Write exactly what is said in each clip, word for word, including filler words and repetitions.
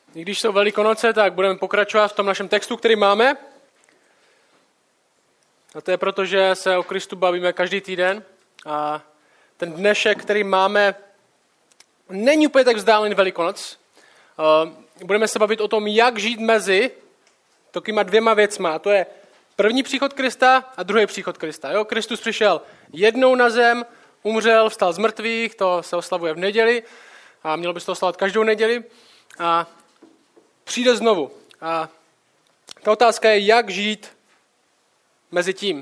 I když jsou Velikonoce, tak budeme pokračovat v tom našem textu, který máme. A to je proto, že se o Kristu bavíme každý týden. A ten dnešek, který máme, není úplně tak vzdálený Velikonoc. Budeme se bavit o tom, jak žít mezi takovýma dvěma věcma. A to je první příchod Krista a druhý příchod Krista. Jo? Kristus přišel jednou na zem, umřel, vstal z mrtvých, to se oslavuje v neděli a mělo by se to oslavovat každou neděli. A přijde znovu. A ta otázka je, jak žít mezi tím.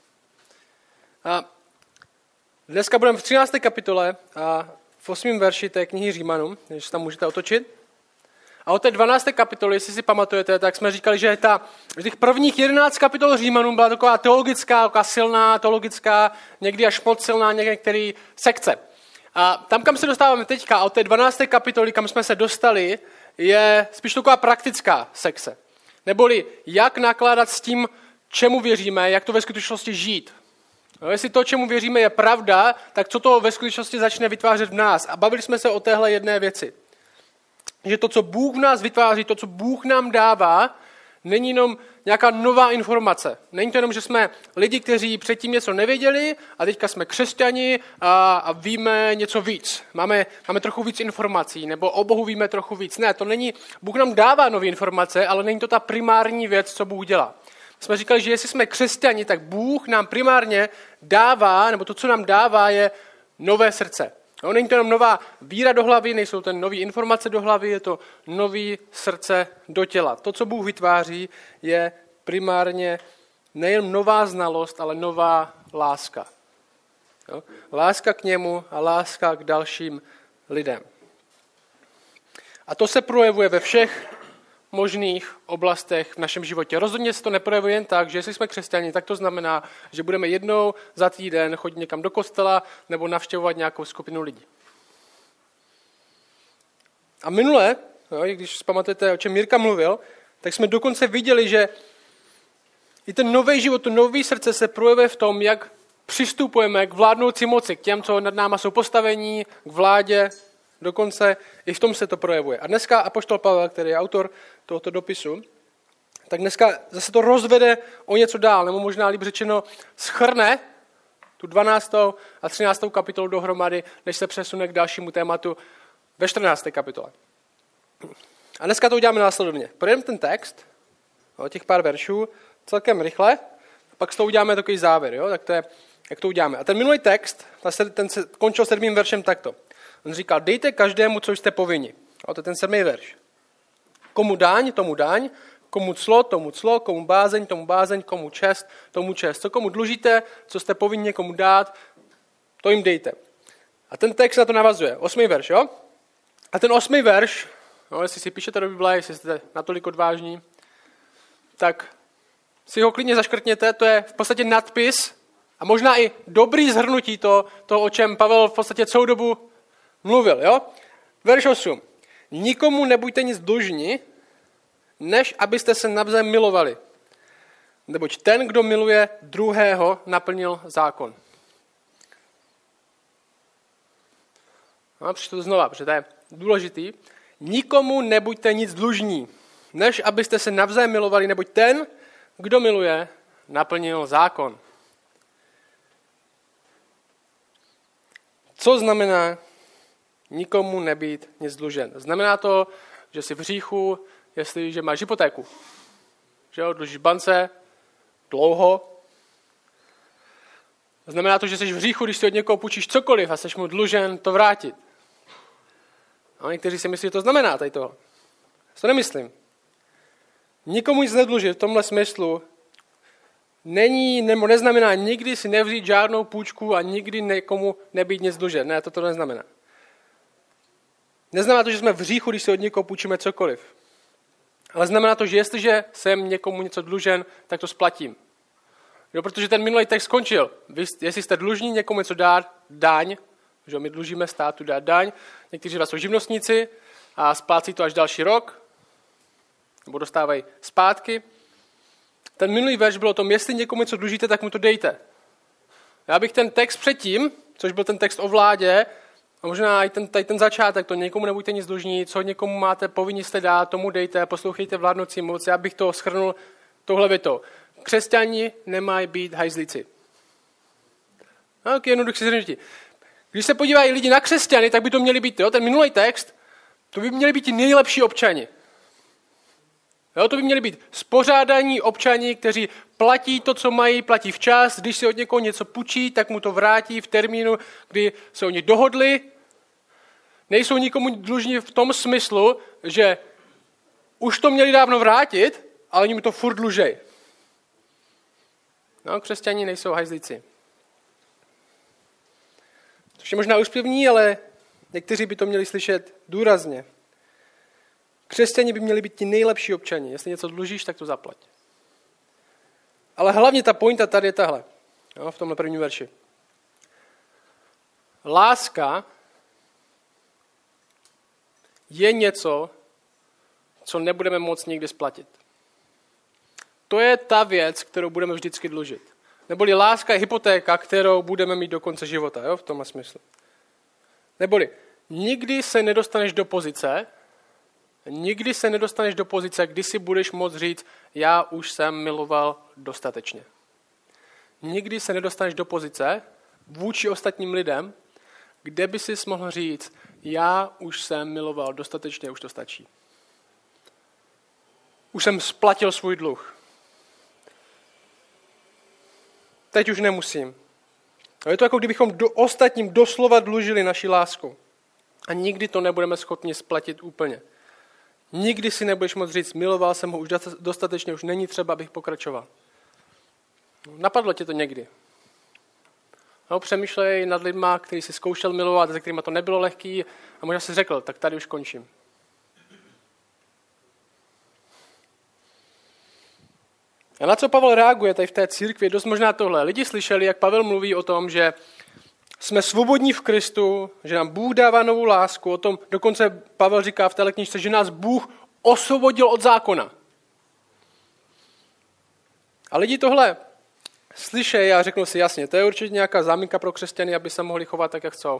A dneska budeme v třinácté kapitole a v osmém verši té knihy Římanům, když se tam můžete otočit. A od té dvanácté kapitoly, jestli si pamatujete, tak jsme říkali, že, ta, že těch prvních jedenáct kapitol Římanům byla taková teologická, taková silná, teologická, někdy až moc silná některé sekce. A tam, kam se dostáváme teďka, od té dvanácté kapitoly, kam jsme se dostali, je spíš taková praktická sekce. Neboli jak nakládat s tím, čemu věříme, jak to ve skutečnosti žít. No, jestli to, čemu věříme, je pravda, tak co to ve skutečnosti začne vytvářet v nás. A bavili jsme se o téhle jedné věci. Že to, co Bůh v nás vytváří, to, co Bůh nám dává, není jenom nějaká nová informace. Není to jenom, že jsme lidi, kteří předtím něco nevěděli a teďka jsme křesťani a, a víme něco víc. Máme, máme trochu víc informací, nebo o Bohu víme trochu víc. Ne, to není, Bůh nám dává nové informace, ale není to ta primární věc, co Bůh dělá. Jsme říkali, že jestli jsme křesťani, tak Bůh nám primárně dává, nebo to, co nám dává, je nové srdce. No, není to jenom nová víra do hlavy, nejsou to nové informace do hlavy, je to nový srdce do těla. To, co Bůh vytváří, je primárně nejen nová znalost, ale nová láska. Jo? Láska k němu a láska k dalším lidem. A to se projevuje ve všech možných oblastech v našem životě. Rozhodně se to neprojevuje jen tak, že jestli jsme křesťani, tak to znamená, že budeme jednou za týden chodit někam do kostela nebo navštěvovat nějakou skupinu lidí. A minule, no, když si pamatujete, o čem Jirka mluvil, tak jsme dokonce viděli, že i ten nový život, to nový srdce se projevuje v tom, jak přistupujeme k vládnoucí moci, k těm, co nad náma jsou postavení, k vládě. Dokonce i v tom se to projevuje. A dneska apoštol Pavel, který je autor tohoto dopisu, tak dneska zase to rozvede o něco dál, nebo možná líp řečeno shrne tu dvanáctou a třináctou kapitolu dohromady, než se přesune k dalšímu tématu ve čtrnácté kapitole. A dneska to uděláme následovně. Projdeme ten text, těch pár veršů, celkem rychle, a pak s toho uděláme takový závěr. Jo? Tak to je, jak to uděláme. A ten minulý text, ten se končil sedmým veršem takto. On říkal, dejte každému, co jste povinni. A to je ten sedmý verš. Komu daň, tomu daň, komu clo, tomu clo, komu bázeň, tomu bázeň, komu čest, tomu čest. Co komu dlužíte, co jste povinni někomu dát, to jim dejte. A ten text na to navazuje. Osmý verš, jo? A ten osmý verš, no, jestli si píšete do Bible, jestli jste natolik odvážní, tak si ho klidně zaškrtněte, to je v podstatě nadpis a možná i dobrý shrnutí to, to, o čem Pavel v podstatě celou dobu mluvil, jo? Verš osm. Nikomu nebuďte nic dlužni, než abyste se navzájem milovali. Neboť ten, kdo miluje druhého, naplnil zákon. No, přečtu to znova, protože to je důležitý. Nikomu nebuďte nic dlužní, než abyste se navzájem milovali, neboť ten, kdo miluje, naplnil zákon. Co znamená nikomu nebýt nic dlužen? Znamená to, že jsi v hříchu, jestliže máš hypotéku. Že jo, dlužíš bance dlouho. Znamená to, že jsi v hříchu, když si od někoho půjčíš cokoliv a jsi mu dlužen to vrátit. A někteří si myslí, že to znamená tady toho. Já to nemyslím. Nikomu nic nedlužit v tomhle smyslu není, nebo neznamená nikdy si nevzít žádnou půjčku a nikdy někomu nebýt nic dlužen. Ne, to to neznamená. Neznamená to, že jsme v hříchu, když si od někoho půjčíme cokoliv. Ale znamená to, že jestliže jsem někomu něco dlužen, tak to splatím. Jo, protože ten minulý text skončil. Vy, jestli jste dlužní někomu něco dát, daň, že my dlužíme státu dát daň, někteří z vás jsou živnostníci a splácí to až další rok, nebo dostávají zpátky. Ten minulý verš byl o tom, jestli někomu něco dlužíte, tak mu to dejte. Já bych ten text předtím, což byl ten text o vládě, A možná i ten, tady ten začátek, to někomu nebuďte nic dlužní, co někomu máte, povinni jste dát, tomu dejte, poslouchejte vládnoucí moc. Já bych to shrnul touhle větou. Křesťani nemají být hajzlíci. No, tak jednoduché shrnutí. Když se podívají lidi na křesťany, tak by to měli být, jo, ten minulý text, to by měli být ti nejlepší občani. Jo, to by měli být spořádaní občani, kteří platí to, co mají, platí včas. Když si od někoho něco půjčí, tak mu to vrátí v termínu, kdy se oni dohodli. Nejsou nikomu dlužní v tom smyslu, že už to měli dávno vrátit, ale oni mu to furt dlužej. No, křesťani nejsou hajzlíci. Což je možná úspěvní, ale někteří by to měli slyšet důrazně. Křesťani by měli být ti nejlepší občani. Jestli něco dlužíš, tak to zaplať. Ale hlavně ta pointa tady je tahle. Jo, v tomhle prvním verši. Láska je něco, co nebudeme moct nikdy splatit. To je ta věc, kterou budeme vždycky dlužit. Neboli láska je hypotéka, kterou budeme mít do konce života, jo, v tomhle smyslu. Neboli nikdy se nedostaneš do pozice, nikdy se nedostaneš do pozice, kdy si budeš moct říct, já už jsem miloval dostatečně. Nikdy se nedostaneš do pozice vůči ostatním lidem, kde by si mohl říct, já už jsem miloval dostatečně, už to stačí. Už jsem splatil svůj dluh. Teď už nemusím. A je to jako kdybychom do ostatním doslova dlužili naši lásku. A nikdy to nebudeme schopni splatit úplně. Nikdy si nebudeš moct říct, miloval jsem ho už dostatečně, už není třeba, abych pokračoval. Napadlo tě to někdy. No, přemýšlej nad lidma, který si zkoušel milovat, se kterýma to nebylo lehký a možná si řekl, tak tady už končím. A na co Pavel reaguje tady v té církvi, je dost možná tohle. Lidi slyšeli, jak Pavel mluví o tom, že jsme svobodní v Kristu, že nám Bůh dává novou lásku. O tom dokonce Pavel říká v té knížce, že nás Bůh osvobodil od zákona. A lidi tohle slyšejí a řeknou si jasně, to je určitě nějaká záminka pro křesťany, aby se mohli chovat tak, jak chcou.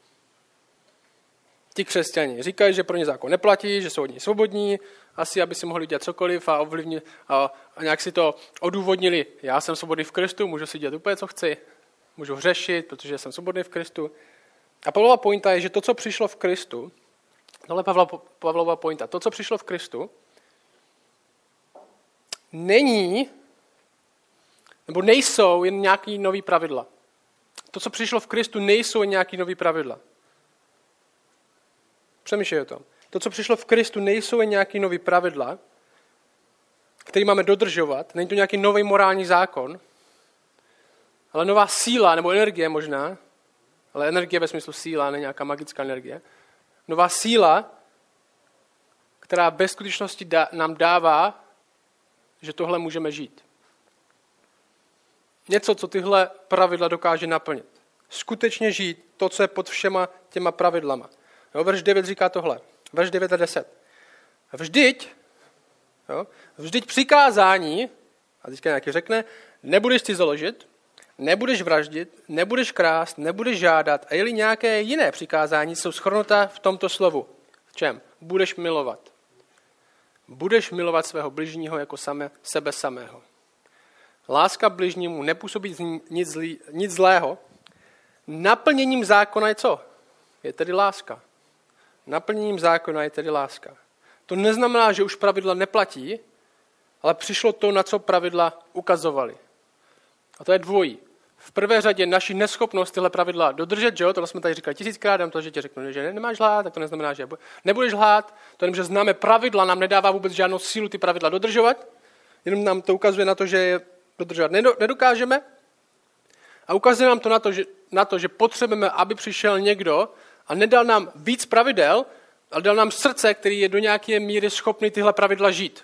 Ti křesťani říkají, že pro ně zákon neplatí, že jsou od něj svobodní, asi aby si mohli dělat cokoliv a ovlivnit a, a nějak si to odůvodnili. Já jsem svobodný v Kristu, můžu si dělat úplně, co chci. Můžu hřešit, protože jsem svobodný v Kristu. A Pavlova pointa je, že to, co přišlo v Kristu, tohle je Pavlova pointa, to, co přišlo v Kristu, není, nebo nejsou jen nějaký nový pravidla. To, co přišlo v Kristu, nejsou jen nějaký nový pravidla. Přemýšlej o tom. To, co přišlo v Kristu, nejsou jen nějaký nový pravidla, který máme dodržovat. Není to nějaký nový morální zákon, ale nová síla, nebo energie možná, ale energie ve smyslu síla, ne nějaká magická energie. Nová síla, která ve skutečnosti dá, nám dává, že tohle můžeme žít. Něco, co tyhle pravidla dokáže naplnit. Skutečně žít to, co je pod všema těma pravidlama. Jo, verš devět říká tohle. Verš devět a deset. Vždyť, jo, vždyť přikázání, a teďka nějaký řekne, nebudeš si založit, nebudeš vraždit, nebudeš krást, nebudeš žádat, a je-li nějaké jiné přikázání, jsou shrnuta v tomto slovu. V čem? Budeš milovat. Budeš milovat svého bližního jako same, sebe samého. Láska bližnímu nepůsobí nic, zlý, nic zlého. Naplněním zákona je co? Je tedy láska. Naplněním zákona je tedy láska. To neznamená, že už pravidla neplatí, ale přišlo to, na co pravidla ukazovaly. A to je dvojí. V prvé řadě naši neschopnost tyhle pravidla dodržet, že jo, tohle jsme tady říkali tisíckrát, dám to, že ti řeknu, že nemáš lhát, tak to neznamená, že nebudeš lhát, to jenom, že známe pravidla, nám nedává vůbec žádnou sílu ty pravidla dodržovat, jenom nám to ukazuje na to, že je dodržovat nedokážeme a ukazuje nám to na to, že, na to, že potřebujeme, aby přišel někdo a nedal nám víc pravidel, ale dal nám srdce, který je do nějaké míry schopný tyhle pravidla žít.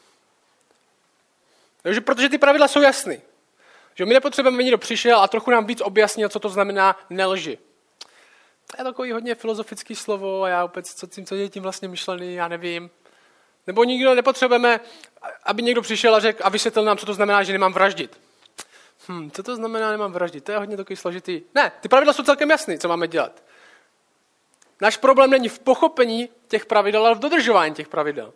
Takže protože ty pravidla jsou jasný. Že my nepotřebujeme, aby někdo přišel a trochu nám víc objasnil, co to znamená nelži. To je takový hodně filozofický slovo a já opět, co tím, co je tím vlastně myšlený, já nevím. Nebo nikdo nepotřebujeme, aby někdo přišel a řekl a vysvětlil nám, co to znamená, že nemám vraždit. Hm, co to znamená, nemám vraždit? To je hodně takový složitý. Ne, ty pravidla jsou celkem jasný, co máme dělat. Náš problém není v pochopení těch pravidel, ale v dodržování těch pravidel.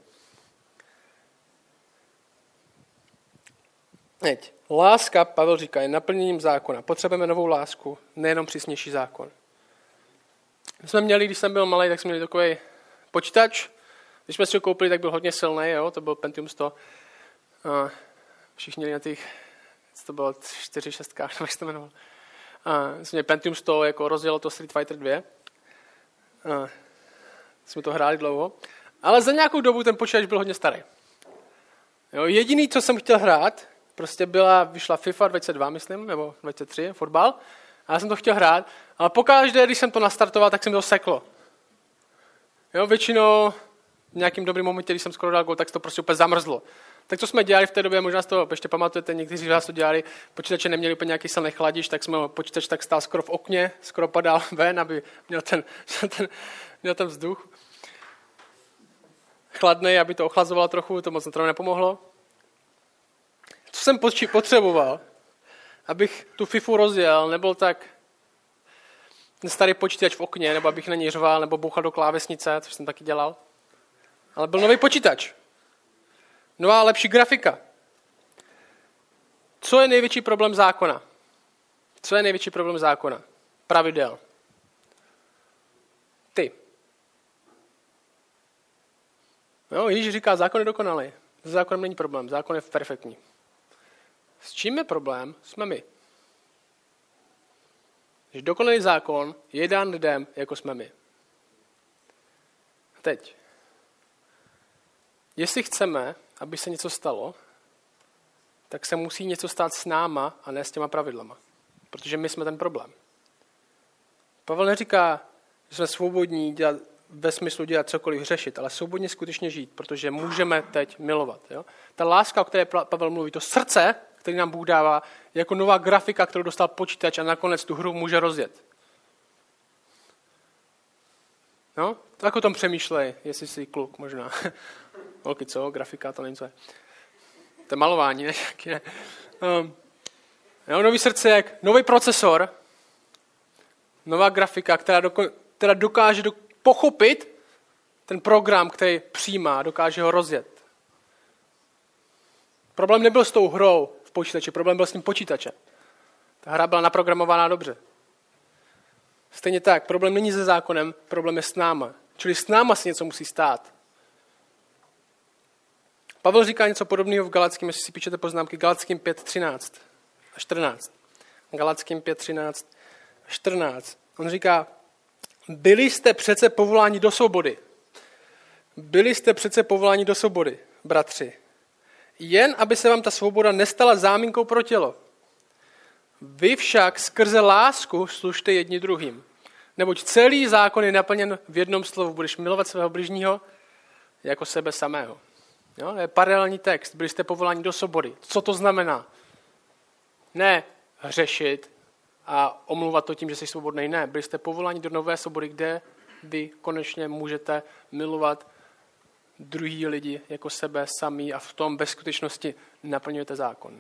Teď, láska, Pavel říká, je naplněním zákona. Potřebujeme novou lásku, nejenom přísnější zákon. My jsme měli, když jsem byl malý, tak jsme měli takový počítač. Když jsme si ho koupili, tak byl hodně silný, jo? To byl Pentium sto. A všichni měli na těch, to bylo čtyři šest, nebo jak se to jmenovalo. A jsme měli Pentium sto, jako rozjelo to Street Fighter dva. A jsme to hráli dlouho. Ale za nějakou dobu ten počítač byl hodně starý. Jo? Jediný, co jsem chtěl hrát, prostě byla, vyšla FIFA dvacet dva, myslím, nebo dvacet tři, fotbal. A já jsem to chtěl hrát, ale pokaždé, když jsem to nastartoval, tak jsem to seklo. Jo, většinou v nějakým dobrým momentě, když jsem skoro dal gol, tak to prostě úplně zamrzlo. Tak co jsme dělali v té době, možná si to ještě pamatujete, někteří z vás to dělali, počítače neměli úplně nějaký silný chladič, tak jsme počítač tak stál skoro v okně, skoro padal ven, aby měl ten, ten, měl ten vzduch chladný, aby to ochlazovalo trochu, to moc na to nepomohlo. Co jsem potřeboval, abych tu FIFU rozjel, nebyl tak ten starý počítač v okně, nebo abych na něj řval, nebo bouchal do klávesnice, což jsem taky dělal. Ale byl nový počítač. Nová lepší grafika. Co je největší problém zákona? Co je největší problém zákona? Pravidel. Ty. No, Ježíš říká, zákon je dokonalý. S zákonem není problém, zákon je perfektní. S čím je problém? Jsme my. Že dokonalý zákon je dán lidem, jako jsme my. Teď. Jestli chceme, aby se něco stalo, tak se musí něco stát s náma a ne s těma pravidlama. Protože my jsme ten problém. Pavel neříká, že jsme svobodní dělat, ve smyslu dělat cokoliv řešit, ale svobodně skutečně žít, protože můžeme teď milovat. Jo? Ta láska, o které Pavel mluví, to srdce, který nám Bůh dává, je jako nová grafika, kterou dostal počítač a nakonec tu hru může rozjet. No, tak o tom přemýšlej, jestli jsi kluk možná. Holky, co? Grafika, to není co je. To je malování, ne? ne. Um, jo, nový srdce, jak nový procesor, nová grafika, která, doko, která dokáže do, pochopit ten program, který přijímá, dokáže ho rozjet. Problém nebyl s tou hrou v počítači, problém byl s tím počítačem. Ta hra byla naprogramovaná dobře. Stejně tak, problém není se zákonem, problém je s náma. Čili s náma se něco musí stát. Pavel říká něco podobného v Galackým, jestli si píšete poznámky, Galackým pět třináct a čtrnáct. Galackým pět třináct a čtrnáct. On říká, byli jste přece povoláni do svobody. Byli jste přece povoláni do svobody, bratři. Jen, aby se vám ta svoboda nestala záminkou pro tělo. Vy však skrze lásku služte jedni druhým. Neboť celý zákon je naplněn v jednom slovu. Budeš milovat svého bližního jako sebe samého. Jo, to je paralelní text. Byli jste povoláni do svobody. Co to znamená? Ne hřešit a omluvat to tím, že jsi svobodný. Ne, byli jste povoláni do nové svobody, kde vy konečně můžete milovat druhý lidi jako sebe samý a v tom bez skutečnosti naplňujete zákon.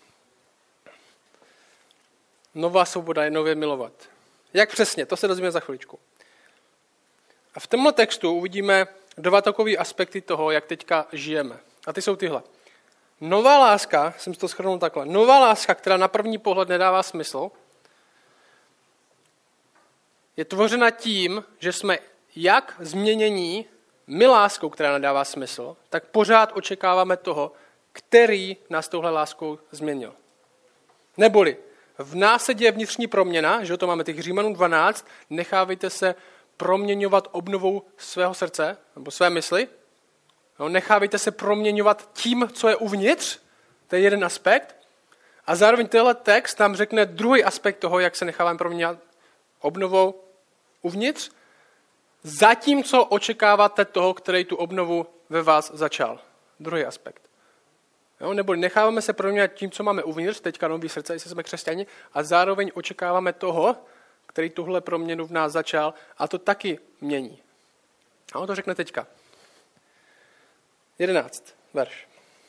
Nová svoboda je nově milovat. Jak přesně? To se dozvíme za chviličku. A v tomhle textu uvidíme dva takové aspekty toho, jak teďka žijeme. A ty jsou tyhle. Nová láska, jsem si to shrnul takhle, nová láska, která na první pohled nedává smysl, je tvořena tím, že jsme jak změnění my láskou, která nedává smysl, tak pořád očekáváme toho, který nás touhle láskou změnil. Neboli v nás se děje vnitřní proměna, že to máme těch Římanů dvanáct, nechávejte se proměňovat obnovou svého srdce, nebo své mysli. No, nechávejte se proměňovat tím, co je uvnitř, to je jeden aspekt. A zároveň tenhle text nám řekne druhý aspekt toho, jak se necháváme proměňovat obnovou uvnitř, zatímco očekáváte toho, který tu obnovu ve vás začal. Druhý aspekt. Jo, nebo necháváme se proměňovat tím, co máme uvnitř, teďka nový srdce, jestli jsme křesťani, a zároveň očekáváme toho, který tuhle proměnu v nás začal, a to taky mění. A on to řekne teďka. jedenáct verš.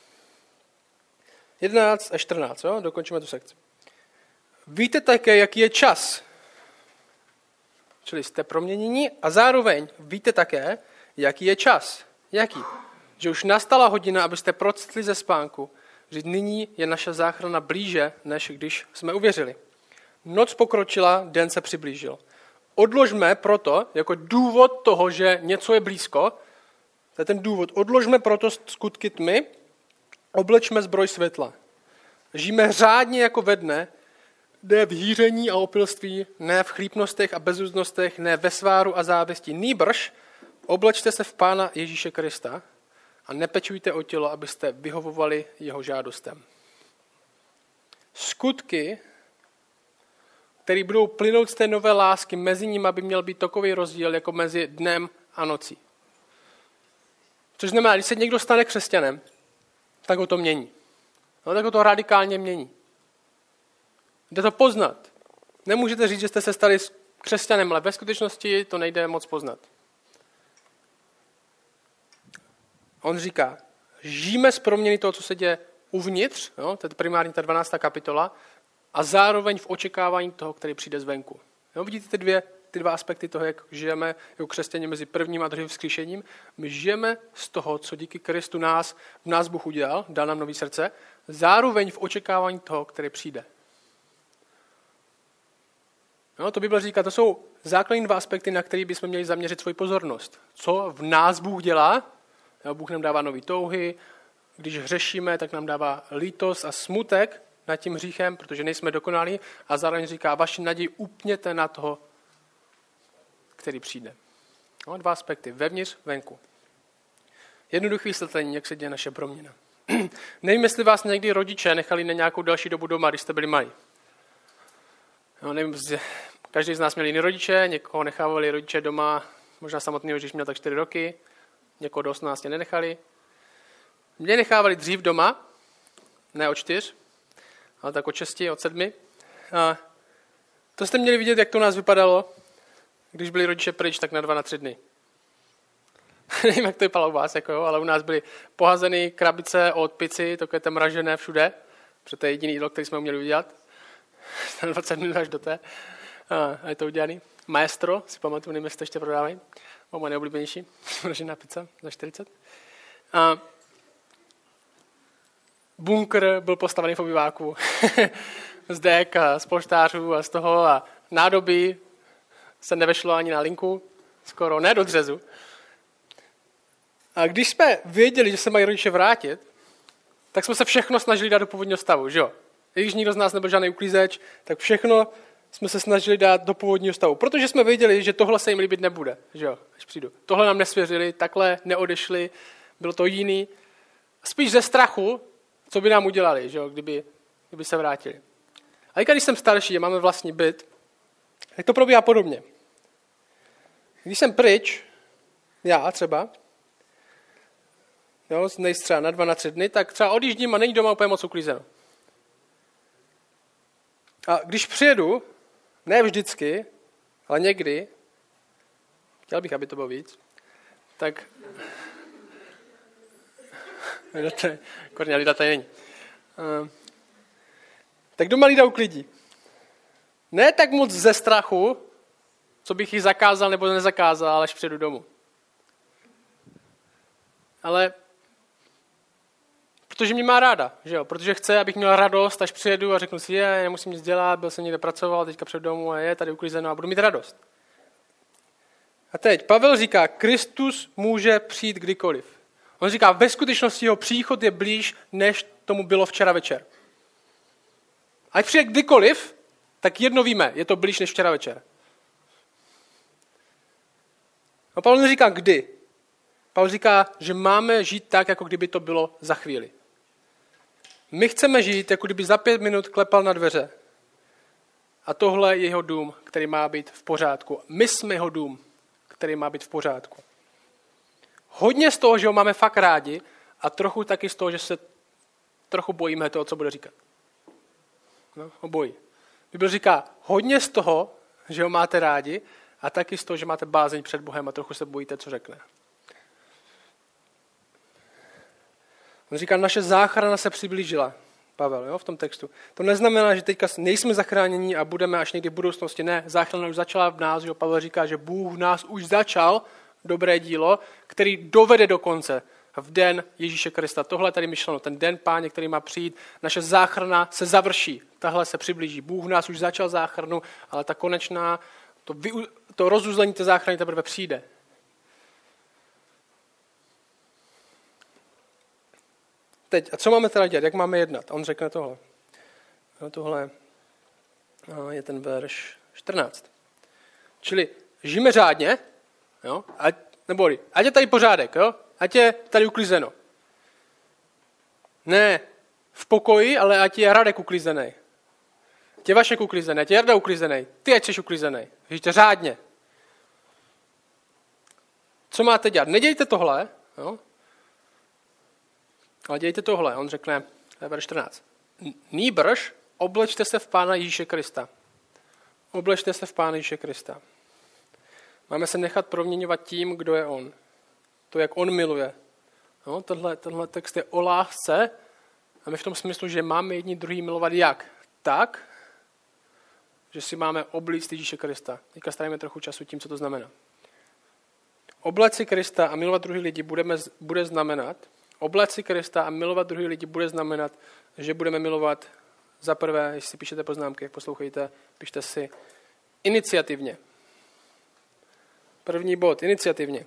jedenáct a čtrnáct, jo? Dokončíme tu sekci. Víte také, jaký je čas. čili jste proměnění a zároveň víte také, jaký je čas. Jaký? Že už nastala hodina, abyste procitli ze spánku, že nyní je naše záchrana blíže, než když jsme uvěřili. Noc pokročila, den se přiblížil. Odložme proto, jako důvod toho, že něco je blízko, to je ten důvod, odložme proto skutky tmy, oblečme zbroj světla. Žijeme řádně jako ve dne, ne v hýření a opilství, ne v chlípnostech a bezúznostech, ne ve sváru a závisti. Nýbrž oblečte se v Pána Ježíše Krista a nepečujte o tělo, abyste vyhovovali jeho žádostem. Skutky, které budou plynout z té nové lásky, mezi nimi by měl být takový rozdíl jako mezi dnem a nocí. Což znamená, když se někdo stane křesťanem, tak ho to mění. No, tak ho to radikálně mění. Jde to poznat. Nemůžete říct, že jste se stali křesťanem, ale ve skutečnosti to nejde moc poznat. On říká, žijeme z proměny toho, co se děje uvnitř, jo, to je primárně ta dvanáctá kapitola, a zároveň v očekávání toho, který přijde zvenku. Jo, vidíte ty, dvě, ty dva aspekty toho, jak žijeme jako křesťané mezi prvním a druhým vzkříšením. My žijeme z toho, co díky Kristu nás, v nás Bůh udělal, dal nám nový srdce, zároveň v očekávání toho, který přijde. No, to Bible říká, to jsou základní dva aspekty, na které bychom měli zaměřit svoji pozornost. Co v nás Bůh dělá? Jo, Bůh nám dává nový touhy, když hřešíme, tak nám dává lítost a smutek nad tím hříchem, protože nejsme dokonalí, a zároveň říká, vaši naději upněte na toho, který přijde. No, dva aspekty, vevnitř, venku. Jednoduchý vysvětlení, jak se děje naše proměna. Nevím, jestli vás někdy rodiče nechali na nějakou další dobu doma, když jste byli malí. No, nevím, každý z nás měl jiný rodiče, někoho nechávali rodiče doma, možná samotného, když měl tak čtyři roky, někoho do osmnácti nenechali. Mě nechávali dřív doma, ne od čtyř, ale tak od šesti, od sedmi. A to jste měli vidět, jak to u nás vypadalo, když byli rodiče pryč, tak na dva, na tři dny. Nevím, jak to vypadalo u vás, jako jo, ale u nás byly pohazené krabice od pici, to je mražené všude, protože to je jediný jídlo, který jsme měli udělat. Na dvacet minut až do té. A je to udělaný. Maestro, si pamatuju, nevím, jestli to ještě prodávají. O, moje nejoblíbenější, mražená pizza za čtyřicet. A bunkr byl postavený v obyváku. Z dek a z polštářů a z toho a nádoby se nevešlo ani na linku, skoro ne do dřezu. A když jsme věděli, že se mají rodiče vrátit, tak jsme se všechno snažili dát do původního stavu, že jo? I když nikdo z nás nebyl žádný uklízeč, tak všechno jsme se snažili dát do původního stavu. Protože jsme věděli, že tohle se jim líbit nebude, že jo, až přijdu. Tohle nám nesvěřili, takhle neodešli, bylo to jiný. Spíš ze strachu, co by nám udělali, že jo, kdyby, kdyby se vrátili. A i když jsem starší a máme vlastní byt, tak to probíhá podobně. Když jsem pryč, já třeba, jo, nejsem třeba na dva, na tři dny, tak třeba odjíždím a není doma úplně moc uklízeno. A když přijedu, ne vždycky, ale někdy, chtěl bych, aby to bylo víc, tak Korně, Lida tady není. Tak doma Lida uklidí. Ne tak moc ze strachu, co bych jí zakázal nebo nezakázal, ale až přijedu domů. Ale protože mě má ráda, že jo? Protože chce, abych měl radost, až přijedu a řeknu si, je, nemusím nic dělat, byl jsem někde pracoval, teďka před domů a je tady uklízeno a budu mít radost. A teď Pavel říká, Kristus může přijít kdykoliv. On říká, ve skutečnosti jeho příchod je blíž, než tomu bylo včera večer. Ať přijde kdykoliv, tak jedno víme, je to blíž než včera večer. A Pavel neříká kdy. Pavel říká, že máme žít tak, jako kdyby to bylo za chvíli. My chceme žít, jako kdyby za pět minut klepal na dveře. A tohle je jeho dům, který má být v pořádku. My jsme jeho dům, který má být v pořádku. Hodně z toho, že ho máme fakt rádi, a trochu taky z toho, že se trochu bojíme toho, co bude říkat. No, obojí. Bible říká, hodně z toho, že ho máte rádi, a taky z toho, že máte bázeň před Bohem a trochu se bojíte, co řekne. On říká, naše záchrana se přiblížila. Pavel, jo, v tom textu. To neznamená, že teďka nejsme zachráněni a budeme až někdy v budoucnosti. Ne, záchrana už začala v nás, jo. Pavel říká, že Bůh v nás už začal dobré dílo, který dovede do konce v den Ježíše Krista. Tohle je tady myšleno, ten den Páně, který má přijít, naše záchrana se završí, tahle se přiblíží. Bůh v nás už začal záchranu, ale ta konečná, to, vy, to rozuzlení té záchrany teprve přijde. Teď, a co máme teda dělat? Jak máme jednat? A on řekne tohle. No, tohle je ten verš čtrnáct. Čili žijeme řádně, jo? Ať, nebo ať je tady pořádek, jo? Ať je tady uklízeno. Ne v pokoji, ale ať je Radek uklízený. Ať je Vašek uklízený, ať je Jarda uklízený. Ty ať jsi uklízený. Žijte řádně. Co máte dělat? Nedějte tohle, jo? Ale dějte tohle. On řekne, verš čtrnáct. Nýbrž oblečte se v Pána Ježíše Krista. Oblečte se v Pána Ježíše Krista. Máme se nechat proměňovat tím, kdo je on. To, jak on miluje. No, tenhle, tenhle text je o lásce a my v tom smyslu, že máme jedni druhý milovat jak? Tak, že si máme oblíct Ježíše Krista. Teďka stavíme trochu času tím, co to znamená. Obléct si Krista a milovat druhý lidi budeme, bude znamenat, obléct si Krista a milovat druhý lidi bude znamenat, že budeme milovat za prvé, jestli si píšete poznámky, poslouchejte, pište si iniciativně. První bod, iniciativně.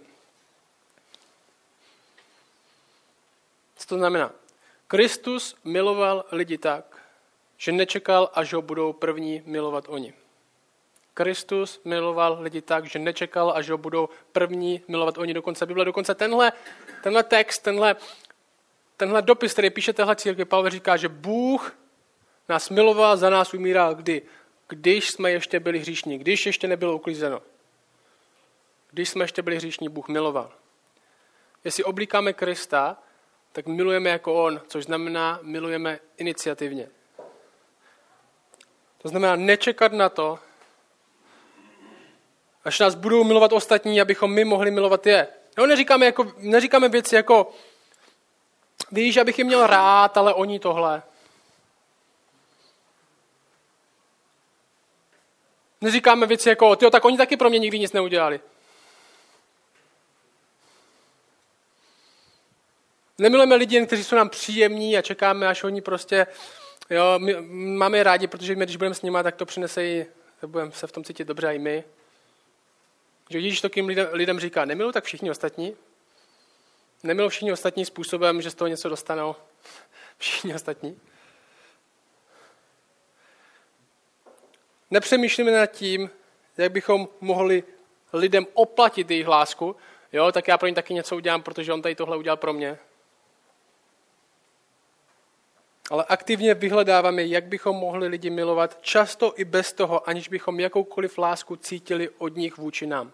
Co to znamená? Kristus miloval lidi tak, že nečekal, až ho budou první milovat oni. Kristus miloval lidi tak, že nečekal, až ho budou první milovat oni. Dokonce Bible, dokonce tenhle, tenhle text, tenhle, tenhle dopis, který píše téhle církvi, Pavel říká, že Bůh nás miloval, za nás umíral kdy? Když jsme ještě byli hříšní, když ještě nebylo uklízeno. Když jsme ještě byli hříšní, Bůh miloval. Jestli oblíkáme Krista, tak milujeme jako on, což znamená, milujeme iniciativně. To znamená nečekat na to, až nás budou milovat ostatní, abychom my mohli milovat je. No, neříkáme, jako, neříkáme věci jako, víš, abych je měl rád, ale oni tohle. Neříkáme věci jako, tyjo, tak oni taky pro mě nikdy nic neudělali. Nemilujeme lidi, kteří jsou nám příjemní a čekáme, až oni prostě, jo, my máme je rádi, protože my, když budeme s nimi, tak to přinesejí, budeme se v tom cítit dobře i my. Že Ježíš takým lidem, lidem říká, nemiluj tak všichni ostatní. Nemiluj všichni ostatní způsobem, že z toho něco dostanou. Všichni ostatní. Nepřemýšlíme nad tím, jak bychom mohli lidem oplatit jejich lásku. Jo, tak já pro ně taky něco udělám, protože on tady tohle udělal pro mě. Ale aktivně vyhledáváme, jak bychom mohli lidi milovat, často i bez toho, aniž bychom jakoukoliv lásku cítili od nich vůči nám.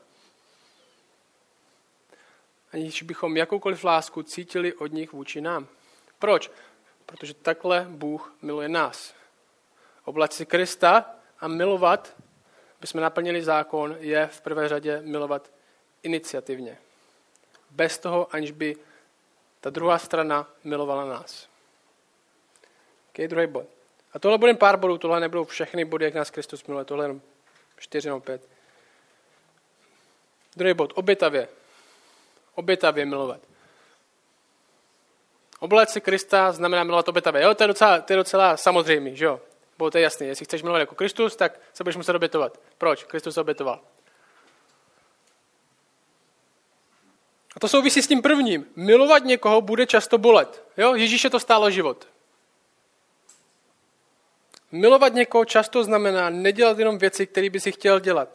Aniž bychom jakoukoliv lásku cítili od nich vůči nám. Proč? Protože takhle Bůh miluje nás. Obléct si Krista a milovat, aby jsme naplnili zákon, je v prvé řadě milovat iniciativně. Bez toho, aniž by ta druhá strana milovala nás. Okay, druhý bod. A tohle bude pár bodů, tohle nebudou všechny body, jak nás Kristus miluje, tohle jenom čtyři nebo pět. Druhý bod, obětavě. Obětavě milovat. Obléct si Krista znamená milovat obětavě. Jo, to je docela, to je docela samozřejmý, že jo? Bylo to jasný, jestli chceš milovat jako Kristus, tak se budeš muset obětovat. Proč? Kristus se obětoval. A to souvisí s tím prvním. Milovat někoho bude často bolet. Jo? Ježíše to stálo život. Milovat někoho často znamená nedělat jenom věci, které by si chtěl dělat.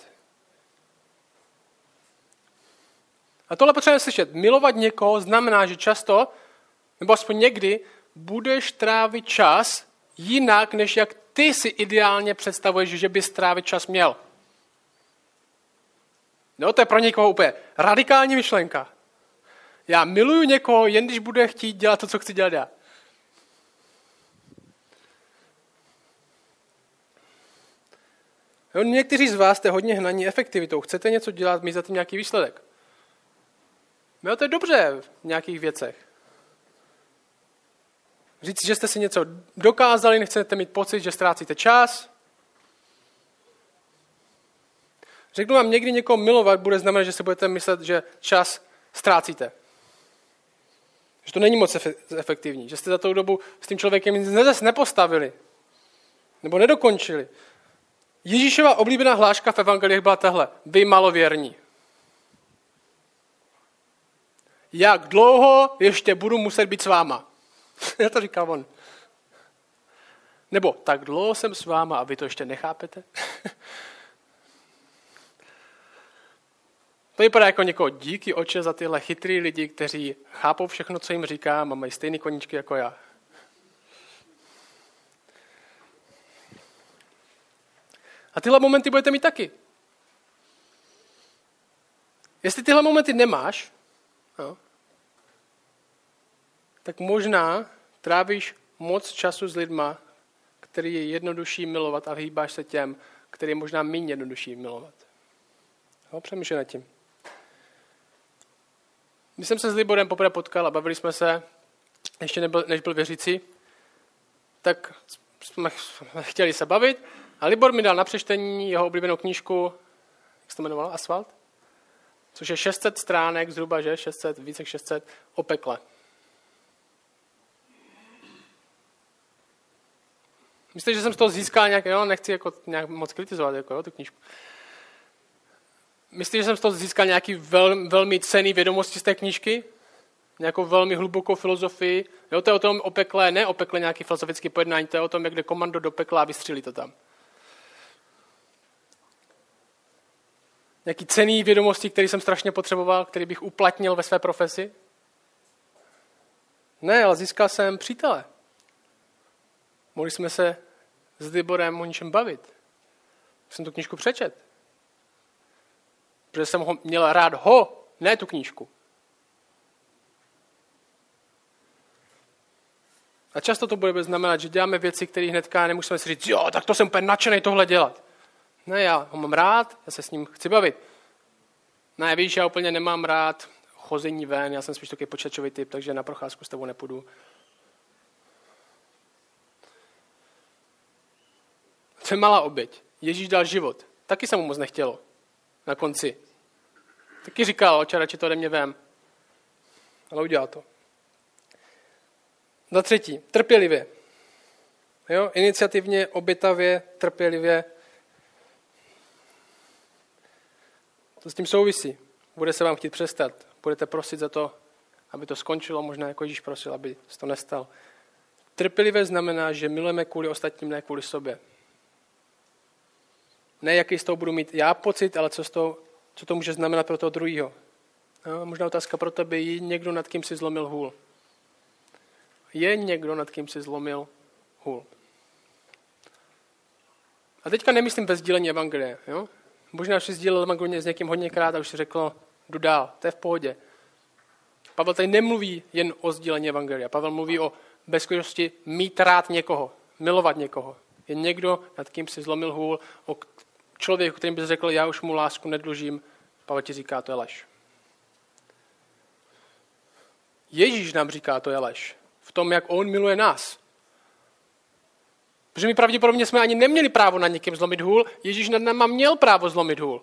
A tohle potřebujeme slyšet. Milovat někoho znamená, že často, nebo aspoň někdy, budeš trávit čas jinak, než jak ty si ideálně představuješ, že bys trávit čas měl. No, to je pro někoho úplně radikální myšlenka. Já miluju někoho, jen když bude chtít dělat to, co chci dělat já. Jo, někteří z vás jste hodně hnaní efektivitou. Chcete něco dělat, mít za tím nějaký výsledek. No, to je dobře v nějakých věcech. Říct, že jste si něco dokázali, nechcete mít pocit, že ztrácíte čas. Řeknu vám, někdy někoho milovat bude znamenat, že si budete myslet, že čas ztrácíte. Že to není moc efektivní, že jste za tou dobu s tím člověkem nic nepostavili. Nebo nedokončili. Ježíšova oblíbená hláška v evangeliích byla tahle. Vy malověrní. Jak dlouho ještě budu muset být s váma? Já to říkal on. Nebo tak dlouho jsem s váma a vy to ještě nechápete? To vypadá jako někoho díky oče za tyhle chytrý lidi, kteří chápou všechno, co jim říkám a mají stejný koníčky jako já. A tyhle momenty budete mít taky. Jestli tyhle momenty nemáš, no, tak možná trávíš moc času s lidma, který je jednodušší milovat a vyhýbáš se těm, který je možná méně jednodušší milovat. No, přemýšlej nad tím. Když jsem se s Liborem poprvé potkal a bavili jsme se, ještě nebyl, než byl věřící, tak jsme chtěli se bavit a Libor mi dal na přečtení jeho oblíbenou knížku, jak se to jmenovalo, Asfalt? Což je šest set stránek zhruba, že? šest set, více jak šest set, o pekle. Myslíte, že jsem z toho získal nějak, jo, nechci jako nějak moc kritizovat jako, jo, tu knížku. Myslíte, že jsem z toho získal nějaký vel, velmi cenný vědomosti z té knížky? Nějakou velmi hlubokou filozofii? Jo, to je o tom o pekle, ne o pekle nějaký filozofický pojednání, to je o tom, jak jde komando do pekla a vystřelí to tam. Nějaký cenný vědomosti, který jsem strašně potřeboval, který bych uplatnil ve své profesi? Ne, ale získal jsem přítele. Mohli jsme se s Liborem o něčem bavit. Jsem tu knížku přečet. Protože jsem ho měl rád ho, ne tu knížku. A často to bude znamenat, že děláme věci, které hnedka nemusíme si říct, jo, tak to jsem úplně nadšenej tohle dělat. Ne, já ho mám rád, já se s ním chci bavit. Ne, víš, já úplně nemám rád chození ven, já jsem spíš takový počítačový typ, takže na procházku s tebou nepůjdu. To je malá oběť. Ježíš dal život. Taky se mu moc nechtělo. Na konci. Taky říkal, oče, radši to ode mě vem. Ale udělal to. Za třetí, trpělivě. Jo, iniciativně, obětavě, trpělivě. To s tím souvisí. Bude se vám chtít přestat. Budete prosit za to, aby to skončilo, možná jako Ježíš prosil, aby se to nestal. Trpělivě znamená, že milujeme kvůli ostatním, ne kvůli sobě. Ne, jaký z toho budu mít já pocit, ale co, z toho, co to může znamenat pro toho druhého. No, možná otázka pro tebe, je někdo, nad kým si zlomil hůl. Je někdo, nad kým si zlomil hůl. A teďka nemyslím bez sdílení evangelie. Jo? Možná, že jsi sdílel evangelie s někým hodněkrát a už si řekl, jdu dál, to je v pohodě. Pavel tady nemluví jen o sdílení evangelia. Pavel mluví o bezskutečnosti mít rád někoho, milovat někoho. Je někdo, nad kým si zlomil hůl, o člověku, kterým bys řekl, já už mu lásku nedlužím. Pavel ti říká, to je lež. Ježíš nám říká, to je lež. V tom, jak on miluje nás. Protože my pravděpodobně jsme ani neměli právo nad někým zlomit hůl, Ježíš nad náma měl právo zlomit hůl.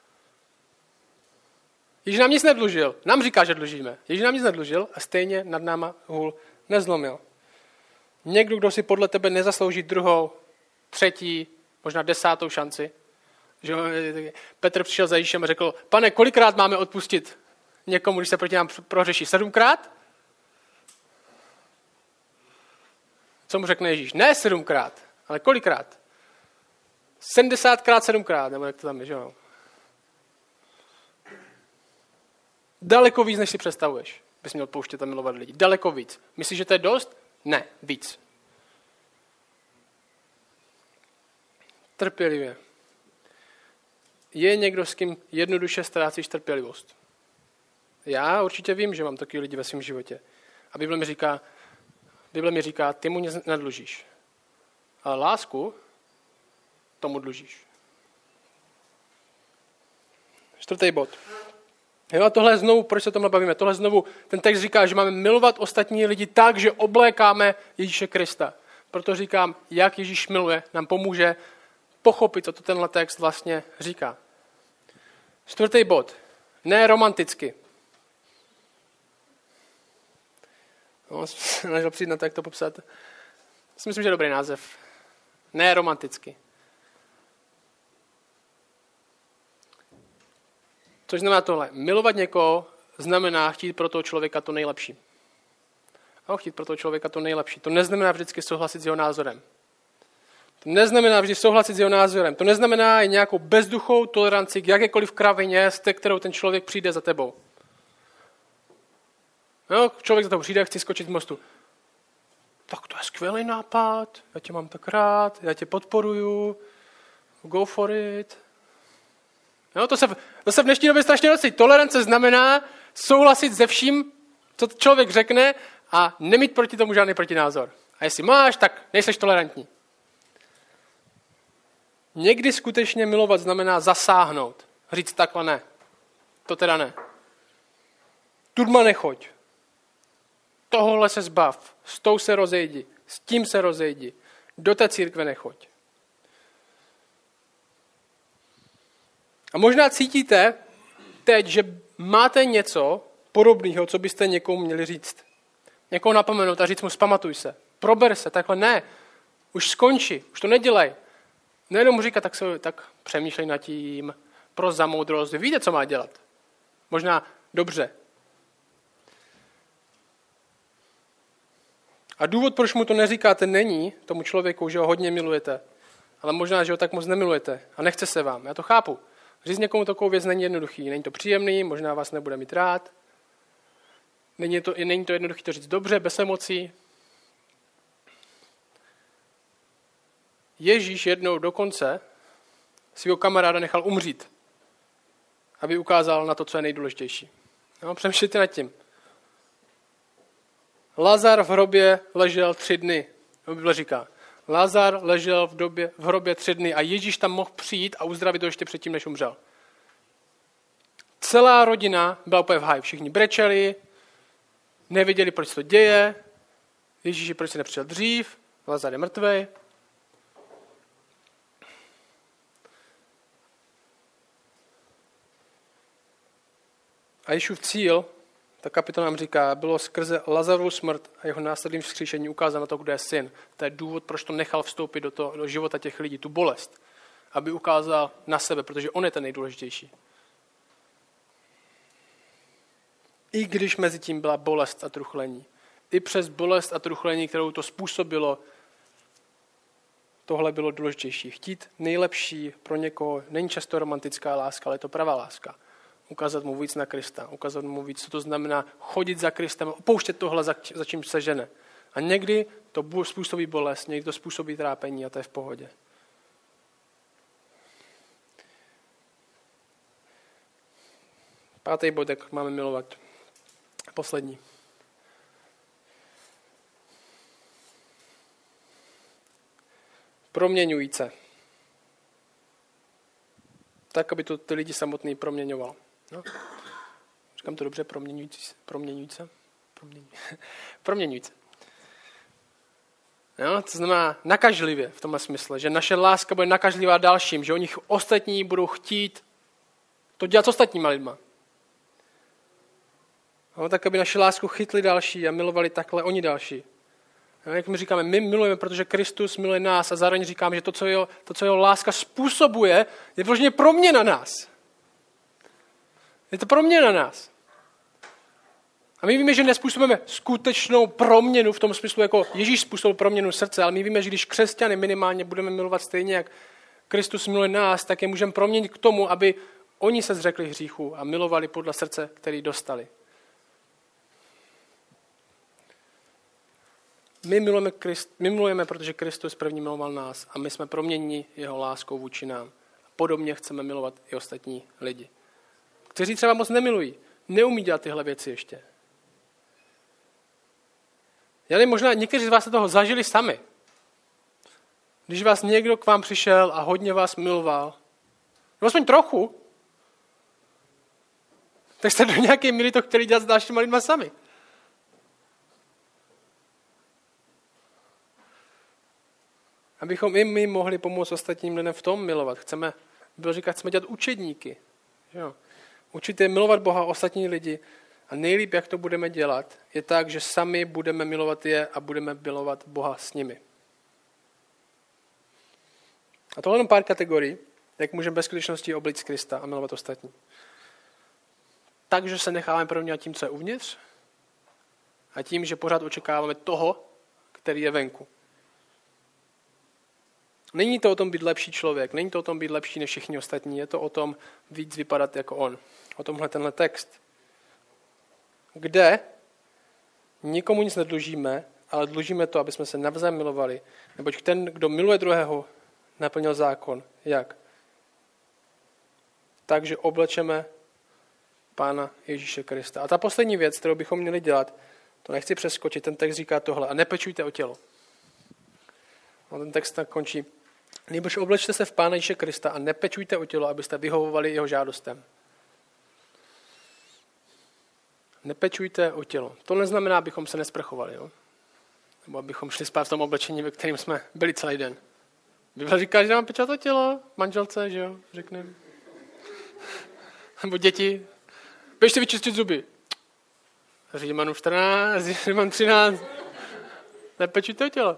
Ježíš nám nic nedlužil. Nám říká, že dlužíme. Ježíš nám nic nedlužil a stejně nad náma hůl nezlomil. Někdo, kdo si podle tebe nezaslouží druhou, třetí, možná desátou šanci. Že Petr přišel za Ježíšem a řekl, pane, kolikrát máme odpustit někomu, když se proti nám prohřeší? Sedmkrát? Co mu řekne Ježíš? Ne sedmkrát, ale kolikrát? Sedmdesátkrát sedmkrát, nebo jak to tam je, že jo? Daleko víc, než si představuješ, bys měl odpouštět a milovat lidi. Daleko víc. Myslíš, že to je dost? Ne, víc. Trpělivě. Je někdo, s kým jednoduše ztrácíš trpělivost? Já určitě vím, že mám takový lidi ve svém životě. A Bible mi říká, Bible mi říká, ty mu nic nedlužíš. Ale lásku tomu dlužíš. Čtvrtý bod. Jo, a tohle znovu, proč se o tomhle bavíme? Tohle znovu, ten text říká, že máme milovat ostatní lidi tak, že oblékáme Ježíše Krista. Proto říkám, jak Ježíš miluje, nám pomůže pochopit, co to tenhle text vlastně říká. Čtvrtý bod. Ne romanticky. No, snažil přijít na to, jak to popsat. Myslím, že je dobrý název. Ne romanticky. Což znamená tohle. Milovat někoho znamená chtít pro toho člověka to nejlepší. A chtít pro toho člověka to nejlepší. To neznamená vždycky souhlasit s jeho názorem. To neznamená vždy souhlasit s jeho názorem. To neznamená i nějakou bezduchou toleranci k jakékoliv kravině, s kterou ten člověk přijde za tebou. No, člověk za tebou přijde a chce skočit z mostu. Tak to je skvělý nápad, já tě mám tak rád, já tě podporuju, go for it. No, to, se, to se v dnešní době strašně nosí. Tolerance znamená souhlasit se vším, co člověk řekne a nemít proti tomu žádný protinázor. A jestli máš, tak nejseš tolerantní. Někdy skutečně milovat znamená zasáhnout. Říct takhle ne. To teda ne. Tudma nechoď. Tohle se zbav. S tou se rozejdi. S tím se rozejdi. Do té církve nechoď. A možná cítíte teď, že máte něco podobného, co byste někomu měli říct. Někoho napomenout a říct mu, zpamatuj se. Prober se, takhle ne. Už skonči, už to nedělej. Nejenom mu říkat, tak, se, tak přemýšlej nad tím, pros za moudrost, víte, co má dělat. Možná dobře. A důvod, proč mu to neříkáte, není tomu člověku, že ho hodně milujete, ale možná, že ho tak moc nemilujete a nechce se vám. Já to chápu. Říct někomu takovou věc není jednoduchý. Není to příjemný, možná vás nebude mít rád. Není to, není to jednoduchý to říct dobře, bez emocí. Ježíš jednou dokonce svého kamaráda nechal umřít, aby ukázal na to, co je nejdůležitější. No, přemýšlejte nad tím. Lazar v hrobě ležel tři dny. Bible říká. Lazar ležel v, době, v hrobě tři dny a Ježíš tam mohl přijít a uzdravit ho ještě předtím, než umřel. Celá rodina byla úplně v háji. Všichni brečeli, nevěděli, proč se to děje. Ježíš, proč se nepřišel dřív, Lazar je mrtvej. A Ježíšův cíl, ta kapitola nám říká, bylo skrze Lazarovu smrt a jeho následným vzkříšení ukázat na to, kdo je syn. To je důvod, proč to nechal vstoupit do, toho, do života těch lidí, tu bolest. Aby ukázal na sebe, protože on je ten nejdůležitější. I když mezi tím byla bolest a truchlení. I přes bolest a truchlení, kterou to způsobilo, tohle bylo důležitější. Chtít nejlepší pro někoho není často romantická láska, ale je to pravá láska. Ukázat mu víc na Krista, ukázat mu víc, co to znamená chodit za Kristem, opouštět tohle, za, za čím se žene. A někdy to způsobí bolest, někdy to způsobí trápení a to je v pohodě. Pátý bod, jak máme milovat. Poslední. Proměňujíce. Tak, aby to ty lidi samotný proměňoval. No. Říkám to dobře, proměňující. Proměňujíce. Proměňujíce. proměňujíce. No, to znamená nakažlivě v tomhle smyslu, že naše láska bude nakažlivá dalším, že o nich ostatní budou chtít to dělat s ostatníma lidma. No, tak, aby naši lásku chytli další a milovali takhle oni další. No, jak my říkáme, my milujeme, protože Kristus miluje nás a zároveň říkáme, že to, co jeho, to, co jeho láska způsobuje, je vloženě proměna nás. Je to proměna nás. A my víme, že nespůsobujeme skutečnou proměnu v tom smyslu, jako Ježíš způsobil proměnu srdce, ale my víme, že když křesťany minimálně budeme milovat stejně, jak Kristus miluje nás, tak je můžeme proměnit k tomu, aby oni se zřekli hříchu a milovali podle srdce, který dostali. My milujeme, Krist, my milujeme, protože Kristus první miloval nás a my jsme proměněni jeho láskou vůči nám. Podobně chceme milovat i ostatní lidi, kteří třeba moc nemilují, neumí dělat tyhle věci ještě. Já nevím, možná někteří z vás se toho zažili sami. Když vás někdo k vám přišel a hodně vás miloval, nebo aspoň trochu, tak jste do nějaké míry to chtěli dělat s dalšíma lidma sami. Abychom i my mohli pomoct ostatním lidem v tom milovat. Chceme, bylo říkat, chceme dělat učedníky. Jo. Učit je milovat Boha a ostatní lidi. A nejlíp, jak to budeme dělat, je tak, že sami budeme milovat je a budeme milovat Boha s nimi. A tohle jenom pár kategorií, jak můžeme bez skutečnosti oblíct Krista a milovat ostatní. Takže se necháme proměňovat tím, co je uvnitř, a tím, že pořád očekáváme toho, který je venku. Není to o tom být lepší člověk, není to o tom být lepší než všichni ostatní, je to o tom víc vypadat jako on. O tomhle tenhle text. Kde nikomu nic nedlužíme, ale dlužíme to, aby jsme se navzájem milovali. Neboť ten, kdo miluje druhého, naplnil zákon. Jak? Takže oblečeme Pána Ježíše Krista. A ta poslední věc, kterou bychom měli dělat, to nechci přeskočit, ten text říká tohle. A nepečujte o tělo. A ten text tak končí. Nýbrž oblečte se v Pána Ježíše Krista a nepečujte o tělo, abyste vyhovovali jeho žádostem. Nepečujte o tělo. To neznamená, abychom se nesprchovali. Jo? Nebo abychom šli spát v tom oblečení, ve kterém jsme byli celý den. Bible říká, že mám pečovat o tělo, manželce, že jo, řekneme. Nebo děti. Běžte vyčistit zuby. Římanům čtrnáct, Římanům třináct. Nepečujte o tělo.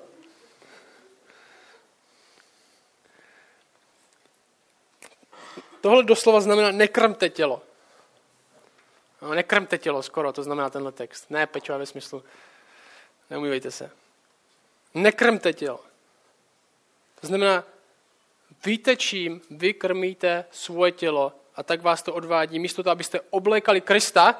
Tohle doslova znamená nekrmte tělo. No, nekrmte tělo skoro, to znamená tenhle text. Ne pečovat ve smyslu, neumývejte se. Nekrmte tělo. To znamená, víte čím vy krmíte svoje tělo a tak vás to odvádí. Místo toho, abyste oblékali Krista,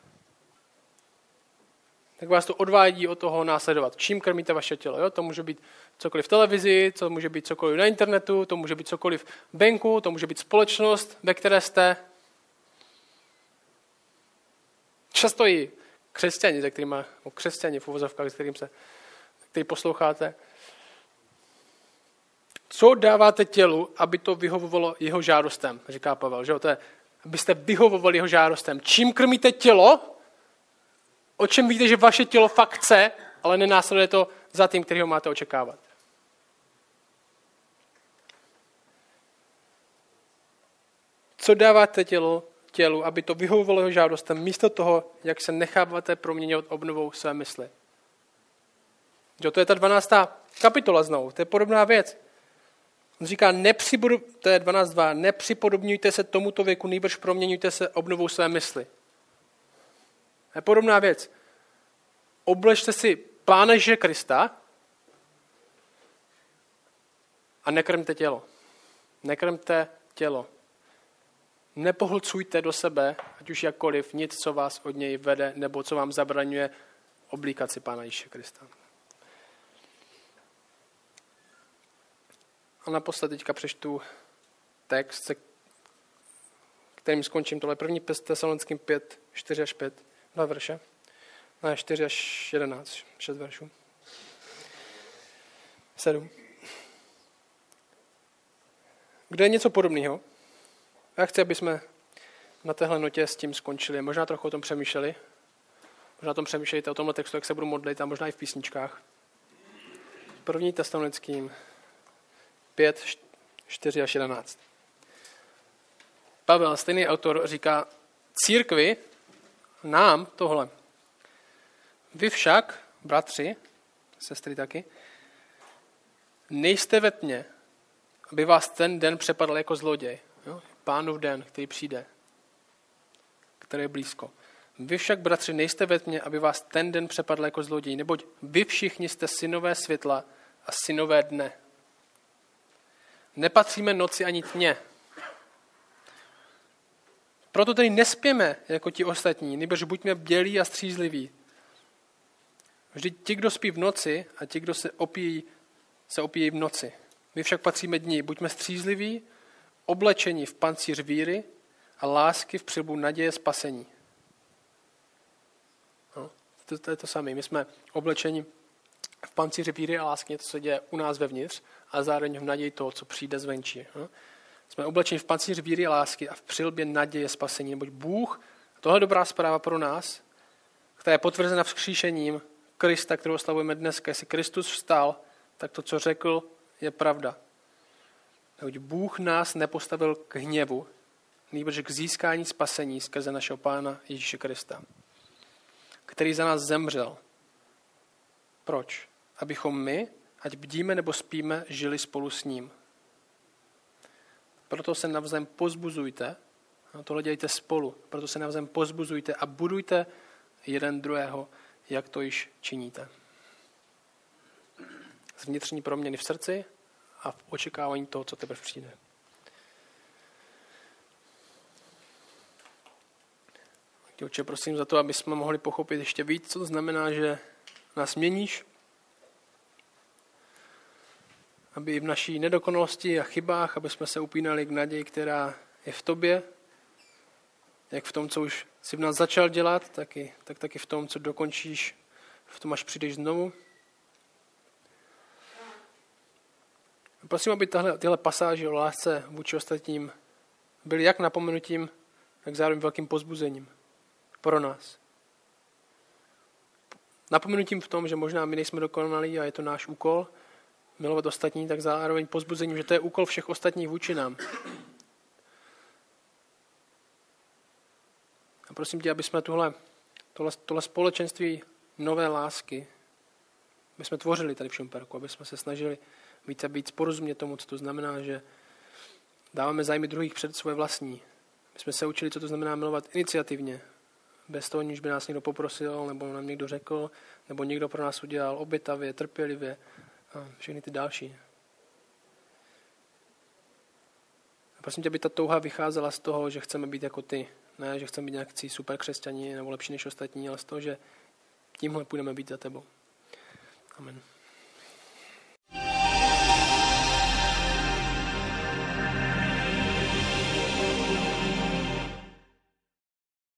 tak vás to odvádí od toho následovat. Čím krmíte vaše tělo? Jo? To může být cokoliv v televizi, to může být cokoliv na internetu, to může být cokoliv venku, to může být společnost, ve které jste. Často i křesťani, se kterýma, o křesťani v uvozovkách, s kterým se, který posloucháte. Co dáváte tělu, aby to vyhovovalo jeho žádostem, říká Pavel, že jo? To je, abyste vyhovovali jeho žádostem. Čím krmíte tělo, o čem víte, že vaše tělo fakt chce, ale nenásleduje to za tím, kterýho máte očekávat. Co dáváte tělu, tělu, aby to vyhovovalo jeho žádostem, místo toho, jak se necháváte proměňovat obnovou své mysli. Jo, to je ta dvanáctá kapitola znovu, to je podobná věc. On říká, nepřipodob... to je dvanáct dva, nepřipodobňujte se tomuto věku, nýbrž proměňujte se obnovou své mysli. To je podobná věc. Oblečte si Pána Ježíše Krista a nekrmte tělo. Nekrmte tělo. Nepohlcujte do sebe, ať už jakkoliv, nic, co vás od něj vede, nebo co vám zabraňuje oblíkat si Pána Ježíše Krista. A naposled teďka přečtu text, se kterým skončím tohle. První Tesalonickým pět, čtyři až pět, dva verše. Ne, čtyři až jedenáct, šest veršů. sedm. Kde je něco podobného? Já chci, aby jsme na téhle notě s tím skončili. Možná trochu o tom přemýšleli. Možná o tom přemýšlejte, o tomhle textu, jak se budu modlit, a možná i v písničkách. První Tesalonickým pět, čtyři až jedenáct. Pavel, stejný autor, říká církvi, nám tohle. Vy však, bratři, sestry taky, nejste ve tmě, aby vás ten den přepadl jako zloděj. Jo? Pánův den, který přijde, který je blízko. Vy však, bratři, nejste ve tmě, aby vás ten den přepadl jako zloděj, neboť vy všichni jste synové světla a synové dne. Nepatříme noci ani tmě. Proto tedy nespěme jako ti ostatní, nebož buďme bdělí a střízliví. Vždyť ti, kdo spí v noci, a ti, kdo se opíjí, se opíjí v noci. My však patříme dní, buďme střízliví, oblečení v pancíř víry a lásky v přilbu naděje spasení. No, to, to je to samé. My jsme oblečení v pancíři víry a lásky, to se děje u nás vevnitř, a zároveň v naději toho, co přijde zvenčí. No? Jsme oblečeni v pancíři víry a lásky a v přilbě naděje spasení, neboť Bůh Tohle je dobrá zpráva pro nás, která je potvrzena vzkříšením Krista, kterou oslavujeme dneska. Jestli Kristus vstal, tak to, co řekl, je pravda. Neboť Bůh nás nepostavil k hněvu, nýbrž k získání spasení skrze našeho Pána Ježíše Krista, který za nás zemřel. Proč? Abychom my, ať bdíme nebo spíme, žili spolu s ním. Proto se navzájem pozbuzujte, a tohle dělejte spolu, proto se navzájem pozbuzujte a budujte jeden druhého, jak to již činíte. Z vnitřní proměny v srdci a v očekávání toho, co teprve přijde. Otče, prosím za to, aby jsme mohli pochopit ještě víc, co to znamená, že nás měníš, aby i v naší nedokonalosti a chybách, aby jsme se upínali k naději, která je v tobě, jak v tom, co už jsi v nás začal dělat, tak, i, tak taky v tom, co dokončíš, v tom, až přijdeš znovu. Prosím, aby tahle, tyhle pasáže o lásce vůči ostatním byly jak napomenutím, tak zároveň velkým pozbuzením pro nás. Napomenutím v tom, že možná my nejsme dokonalí a je to náš úkol milovat ostatní, tak zároveň pozbuzením, že to je úkol všech ostatních vůči nám. A prosím tě, aby jsme tuhle, tohle, tohle společenství nové lásky, aby jsme tvořili tady v Šumperku, aby jsme se snažili více být porozumět tomu, co to znamená, že dáváme zájmy druhých před svoje vlastní. My jsme se učili, co to znamená milovat iniciativně, bez toho, aniž by nás někdo poprosil, nebo nám někdo řekl, nebo někdo pro nás udělal obětavě, trpělivě a všechny ty další. A prosím tě, aby ta touha vycházela z toho, že chceme být jako ty. Ne, že chceme být nějaký super křesťani nebo lepší než ostatní, ale z toho, že tímhle půjdeme být za tebou. Amen.